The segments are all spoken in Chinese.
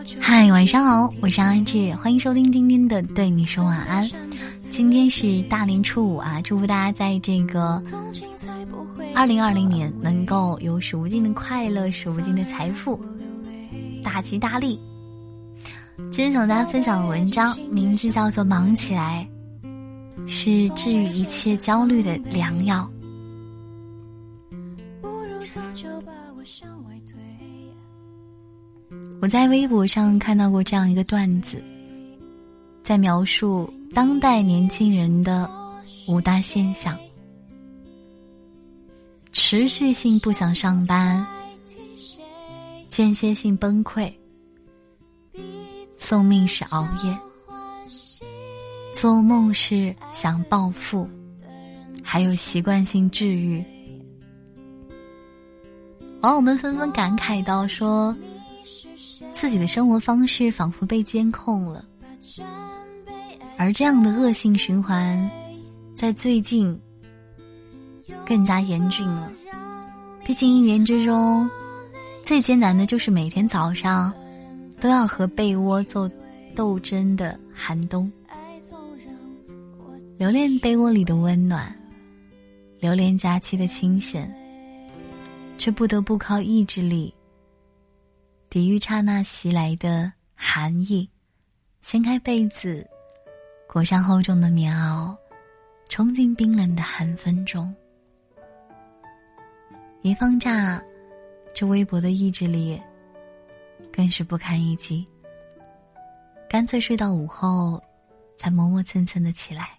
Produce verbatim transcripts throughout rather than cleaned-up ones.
嗨，晚上好，我是安志，欢迎收听今天的对你说晚安。今天是大年初五啊，祝福大家在这个二零二零年能够有数不尽的快乐，数不尽的财富，大吉大利。今天想和大家分享的文章名字叫做忙起来是治愈一切焦虑的良药。我在微博上看到过这样一个段子，在描述当代年轻人的五大现象：持续性不想上班，间歇性崩溃，送命是熬夜，做梦是想暴富，还有习惯性治愈。网友们纷纷感慨到说，自己的生活方式仿佛被监控了，而这样的恶性循环在最近更加严峻了。毕竟一年之中最艰难的就是每天早上都要和被窝做斗争的寒冬，留恋被窝里的温暖，留恋假期的清闲，却不得不靠意志力抵御刹那袭来的寒意，掀开被子，裹上厚重的棉袄，冲进冰冷的寒风中。一放假，这微薄的意志力更是不堪一击，干脆睡到午后才磨磨蹭蹭的起来，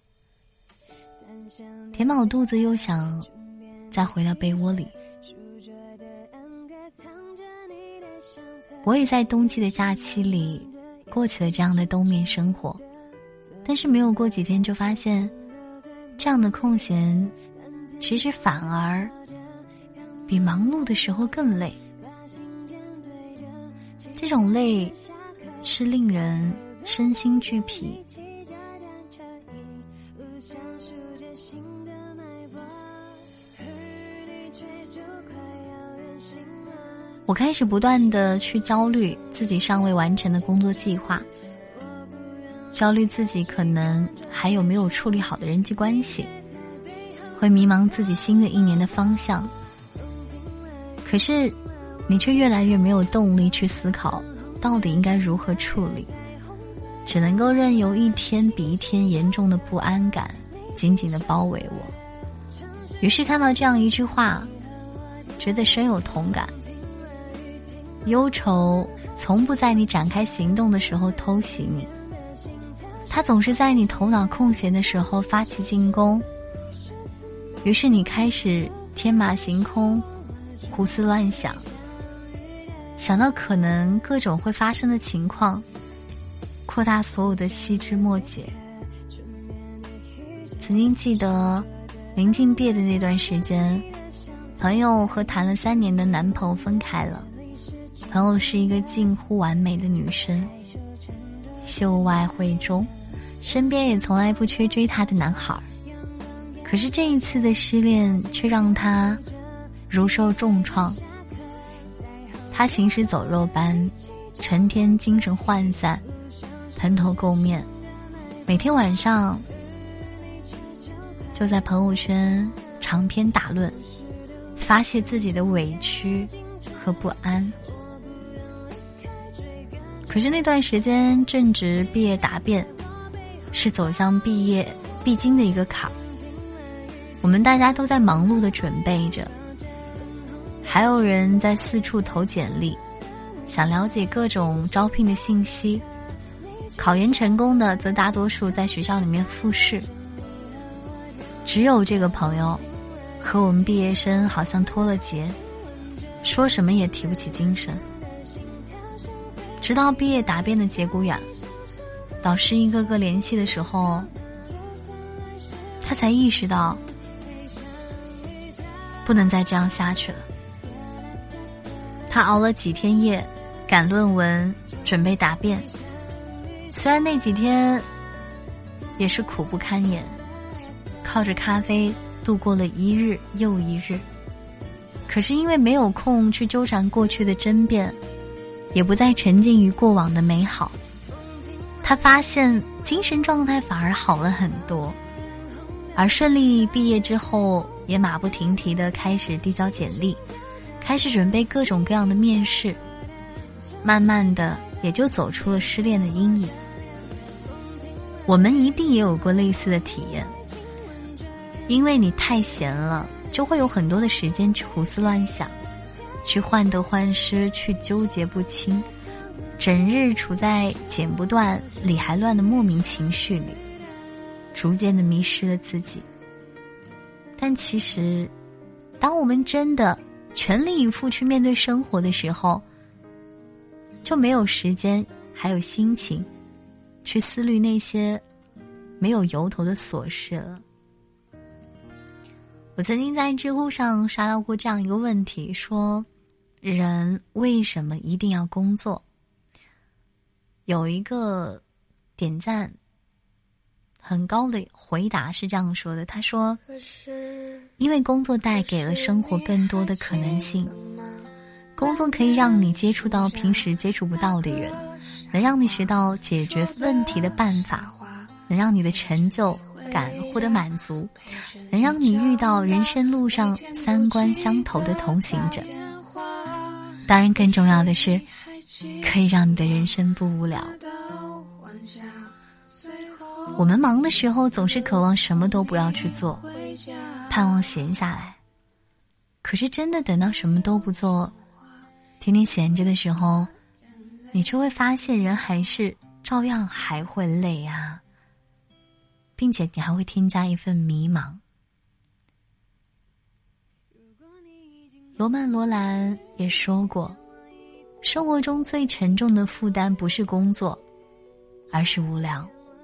填饱肚子又想再回到被窝里。我也在冬季的假期里过起了这样的冬眠生活，但是没有过几天就发现，这样的空闲其实反而比忙碌的时候更累。这种累是令人身心俱疲。我开始不断地去焦虑自己尚未完成的工作计划，焦虑自己可能还有没有处理好的人际关系，会迷茫自己新的一年的方向。可是你却越来越没有动力去思考到底应该如何处理，只能够任由一天比一天严重的不安感紧紧地包围我。于是看到这样一句话，觉得深有同感：忧愁从不在你展开行动的时候偷袭你，它总是在你头脑空闲的时候发起进攻。于是你开始天马行空，胡思乱想，想到可能各种会发生的情况，扩大所有的细枝末节。曾经记得临近毕业的那段时间，朋友和谈了三年的男朋友分开了。朋友是一个近乎完美的女生，秀外慧中，身边也从来不缺追她的男孩。可是这一次的失恋却让她如受重创，她行尸走肉般，成天精神涣散，蓬头垢面，每天晚上就在朋友圈长篇大论，发泄自己的委屈和不安。可是那段时间正值毕业答辩，是走向毕业必经的一个坎，我们大家都在忙碌地准备着，还有人在四处投简历，想了解各种招聘的信息。考研成功的则大多数在学校里面复试。只有这个朋友和我们毕业生好像脱了节，说什么也提不起精神。直到毕业答辩的节骨眼，导师一个个联系的时候，他才意识到不能再这样下去了。他熬了几天夜，赶论文，准备答辩。虽然那几天也是苦不堪言，靠着咖啡度过了一日又一日，可是因为没有空去纠缠过去的争辩， 也不再沉浸于过往的美好。他发现精神状态反而好了很多，而顺利毕业之后，也马不停蹄地开始递交简历，开始准备各种各样的面试，慢慢的也就走出了失恋的阴影。我们一定也有过类似的体验，因为你太闲了，就会有很多的时间去胡思乱想，去患得患失，去纠结不清，整日处在剪不断理还乱的莫名情绪里，逐渐的迷失了自己。但其实当我们真的全力以赴去面对生活的时候，就没有时间还有心情去思虑那些没有由头的琐事了。我曾经在知乎上刷到过这样一个问题，说人为什么一定要工作？有一个点赞很高的回答是这样说的，他说，因为工作带给了生活更多的可能性，工作可以让你接触到平时接触不到的人，能让你学到解决问题的办法，能让你的成就感获得满足，能让你遇到人生路上三观相投的同行者。当然更重要的是，可以让你的人生不无聊。我们忙的时候总是渴望什么都不要去做，盼望闲下来，可是真的等到什么都不做，天天闲着的时候，你就会发现人还是照样还会累啊，并且你还会添加一份迷茫。罗曼·罗兰也说过，生活中最沉重的负担不是工作，而是无聊。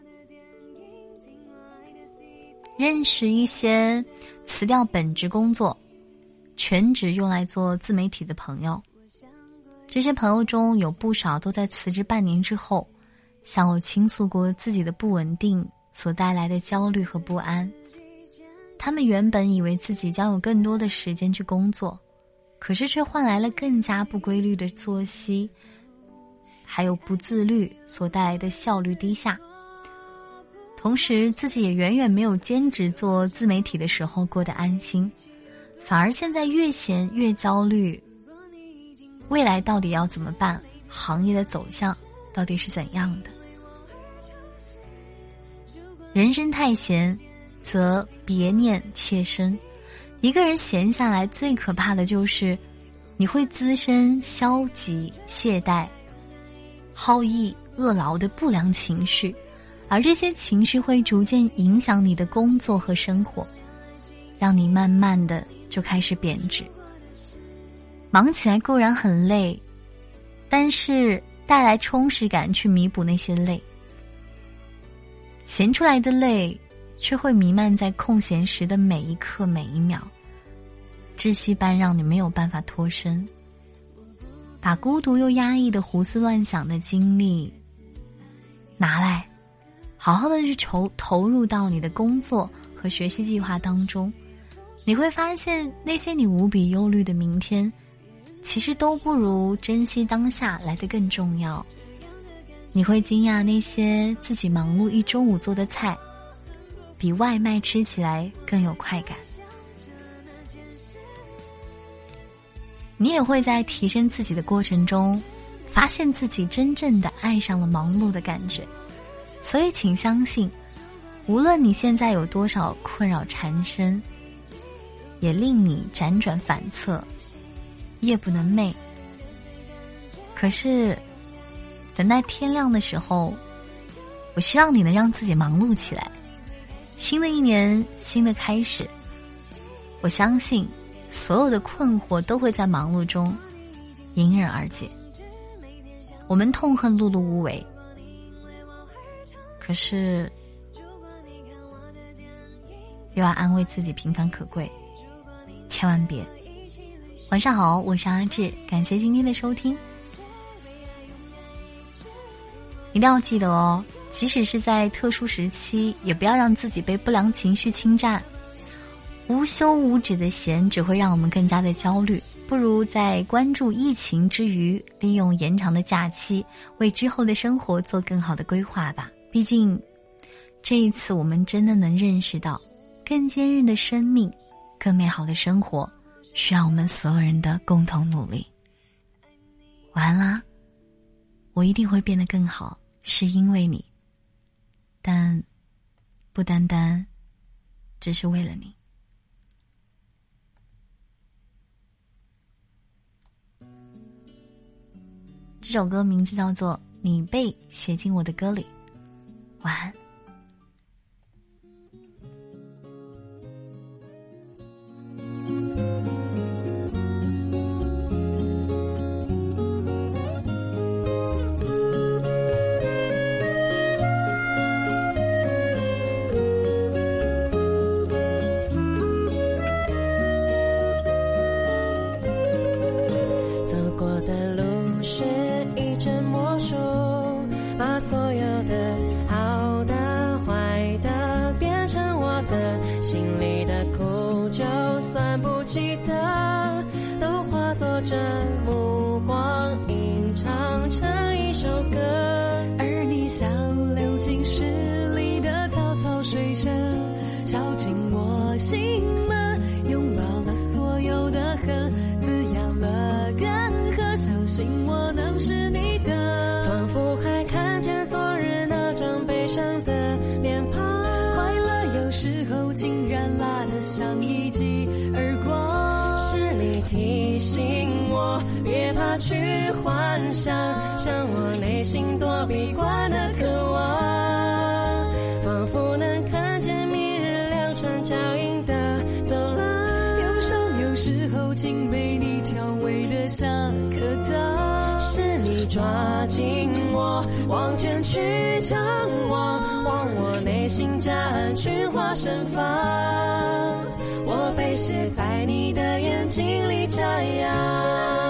认识一些辞掉本职工作，全职用来做自媒体的朋友，这些朋友中有不少都在辞职半年之后，向我倾诉过自己的不稳定所带来的焦虑和不安。他们原本以为自己将有更多的时间去工作，可是却换来了更加不规律的作息，还有不自律所带来的效率低下。同时自己也远远没有兼职做自媒体的时候过得安心，反而现在越闲越焦虑，未来到底要怎么办？行业的走向到底是怎样的？人生太闲，则别念妾身。一个人闲下来，最可怕的就是你会滋生消极、懈怠、好逸恶劳的不良情绪，而这些情绪会逐渐影响你的工作和生活，让你慢慢的就开始贬值。忙起来固然很累，但是带来充实感去弥补那些累，闲出来的累却会弥漫在空闲时的每一刻每一秒，窒息般让你没有办法脱身，把孤独又压抑的胡思乱想的精力拿来好好的去投投入到你的工作和学习计划当中，你会发现那些你无比忧虑的明天，其实都不如珍惜当下来得更重要。你会惊讶那些自己忙碌一中午做的菜，比外卖吃起来更有快感。你也会在提升自己的过程中，发现自己真正的爱上了忙碌的感觉。所以请相信，无论你现在有多少困扰缠身，也令你辗转反侧，夜不能寐。可是等待天亮的时候，我希望你能让自己忙碌起来。新的一年，新的开始，我相信所有的困惑都会在忙碌中迎刃而解。我们痛恨碌碌无为，可是又要安慰自己平凡可贵，千万别。晚上好，我是阿志，感谢今天的收听。一定要记得哦，即使是在特殊时期，也不要让自己被不良情绪侵占。无休无止的闲只会让我们更加的焦虑， 不如在关注疫情之余，利用延长的假期，为之后的生活做更好的规划吧。毕竟，这一次我们真的能认识到，更坚韧的生命，更美好的生活，需要我们所有人的共同努力。晚安啦，我一定会变得更好，是因为你，但不单单只是为了你。这首歌名字叫做《你被写进我的歌里》，晚安。 把所有的好的坏的变成我的心里的苦，就算不记得，都化作这目光吟唱成一首歌。 而你像流进诗里的草草水声，敲进我心门，拥抱了所有的恨，滋养了干涸，相信我能是你的， 仿佛还看见昨日那张悲伤的脸庞， 快乐有时候竟然辣得像一记耳光。 是你提醒我别怕去幻想，像我内心躲避惯的渴望，仿佛能看见明日两串脚印的走廊， 忧伤有时候竟被你调味得像颗糖。 是你抓紧我往前去张望，望我内心夹岸群花盛放，我被写在你的眼睛里眨样。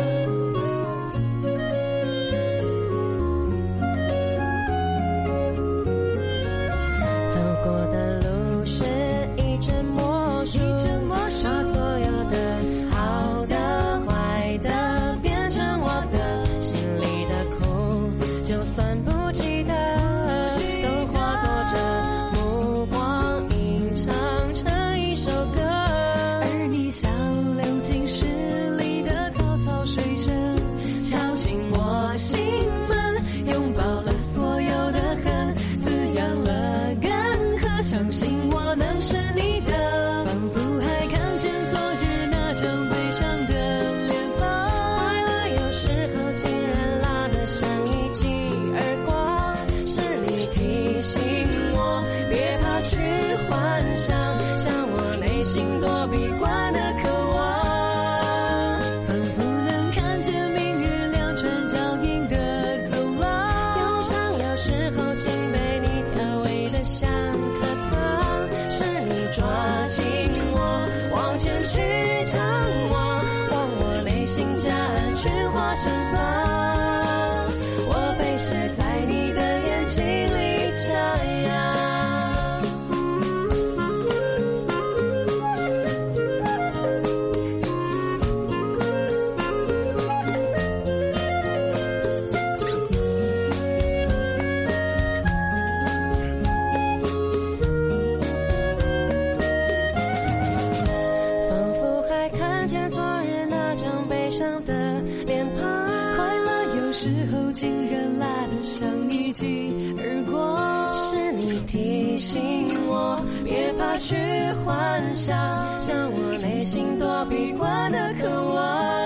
相信我能是你的，仿佛还看见昨日那张悲伤的脸庞， 快乐有时候竟然辣得像一记耳光。是你提醒我别怕去幻想，像我内心躲避惯的渴望， 仿佛能看见明日两串脚印的走廊。 忧伤有时候竟被你调味得像抓紧我往前去张望，望我内心夹岸群花盛放，我被写在你的眼睛里眨样。 时候竟然辣得像一记耳光， 是你提醒我别怕去幻想，像我内心躲避惯的渴望。